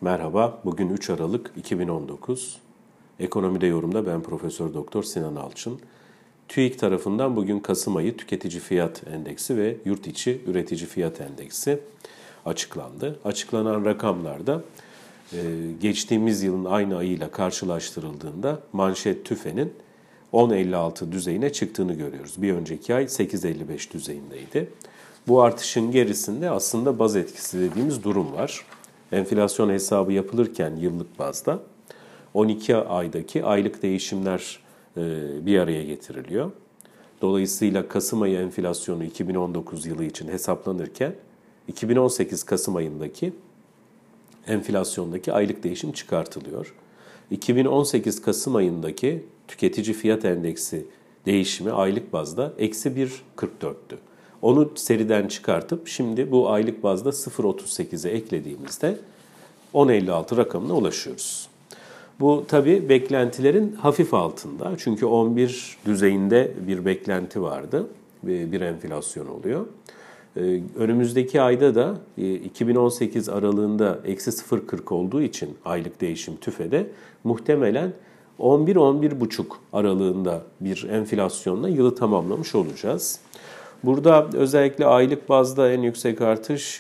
Merhaba, bugün 3 Aralık 2019. Ekonomide yorumda ben Profesör Doktor Sinan Alçın. TÜİK tarafından bugün Kasım ayı tüketici fiyat endeksi ve yurt içi üretici fiyat endeksi açıklandı. Açıklanan rakamlarda geçtiğimiz yılın aynı ayıyla karşılaştırıldığında manşet tüfenin 10.56 düzeyine çıktığını görüyoruz. Bir önceki ay 8.55 düzeyindeydi. Bu artışın gerisinde aslında baz etkisi dediğimiz durum var. Enflasyon hesabı yapılırken yıllık bazda 12 aydaki aylık değişimler bir araya getiriliyor. Dolayısıyla Kasım ayı enflasyonu 2019 yılı için hesaplanırken 2018 Kasım ayındaki enflasyondaki aylık değişim çıkartılıyor. 2018 Kasım ayındaki tüketici fiyat endeksi değişimi aylık bazda eksi 1.44'tü. Onu seriden çıkartıp şimdi bu aylık bazda 0.38'e eklediğimizde 10.56 rakamına ulaşıyoruz. Bu tabii beklentilerin hafif altında. Çünkü 11 düzeyinde bir beklenti vardı. Bir enflasyon oluyor. Önümüzdeki ayda da 2018 aralığında eksi 0.40 olduğu için aylık değişim TÜFE'de muhtemelen 11-11,5 aralığında bir enflasyonla yılı tamamlamış olacağız. Burada özellikle aylık bazda en yüksek artış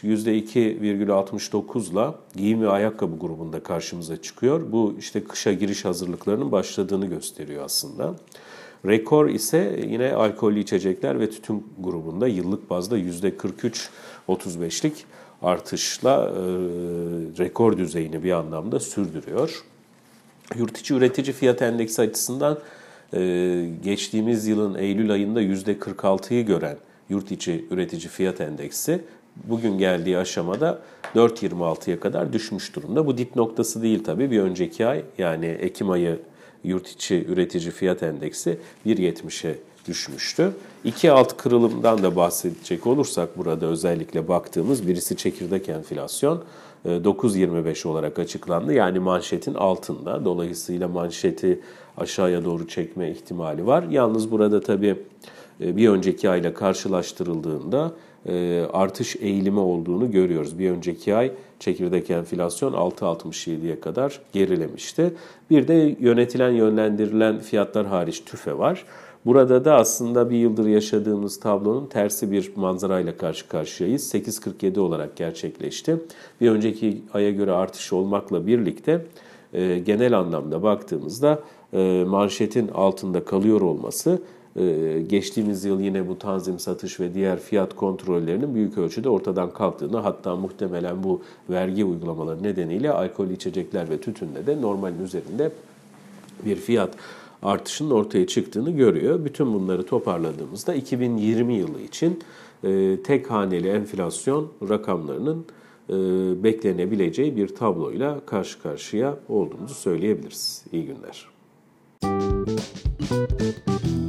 %2,69'la giyim ve ayakkabı grubunda karşımıza çıkıyor. Bu işte kışa giriş hazırlıklarının başladığını gösteriyor aslında. Rekor ise yine alkollü içecekler ve tütün grubunda yıllık bazda %43,35'lik artışla rekor düzeyini bir anlamda sürdürüyor. Yurt içi üretici fiyat endeksi açısından geçtiğimiz yılın Eylül ayında %46'yı gören yurt içi üretici fiyat endeksi bugün geldiği aşamada 4.26'ya kadar düşmüş durumda. Bu dip noktası değil tabii. Bir önceki ay yani Ekim ayı yurt içi üretici fiyat endeksi 1.70'e düşmüştü. İki alt kırılımdan da bahsedecek olursak burada özellikle baktığımız birisi çekirdek enflasyon 9.25 olarak açıklandı. Yani manşetin altında. Dolayısıyla manşeti aşağıya doğru çekme ihtimali var. Yalnız burada tabii bir önceki ayla karşılaştırıldığında artış eğilimi olduğunu görüyoruz. Bir önceki ay çekirdek enflasyon 6.67'ye kadar gerilemişti. Bir de yönetilen, yönlendirilen fiyatlar hariç TÜFE var. Burada da aslında bir yıldır yaşadığımız tablonun tersi bir manzarayla karşı karşıyayız. 8.47 olarak gerçekleşti. Bir önceki aya göre artış olmakla birlikte genel anlamda baktığımızda manşetin altında kalıyor olması geçtiğimiz yıl yine bu tanzim satış ve diğer fiyat kontrollerinin büyük ölçüde ortadan kalktığını, hatta muhtemelen bu vergi uygulamaları nedeniyle alkollü içecekler ve tütünde de normalin üzerinde bir fiyat artışının ortaya çıktığını görüyor. Bütün bunları toparladığımızda 2020 yılı için tek haneli enflasyon rakamlarının beklenebileceği bir tabloyla karşı karşıya olduğumuzu söyleyebiliriz. İyi günler.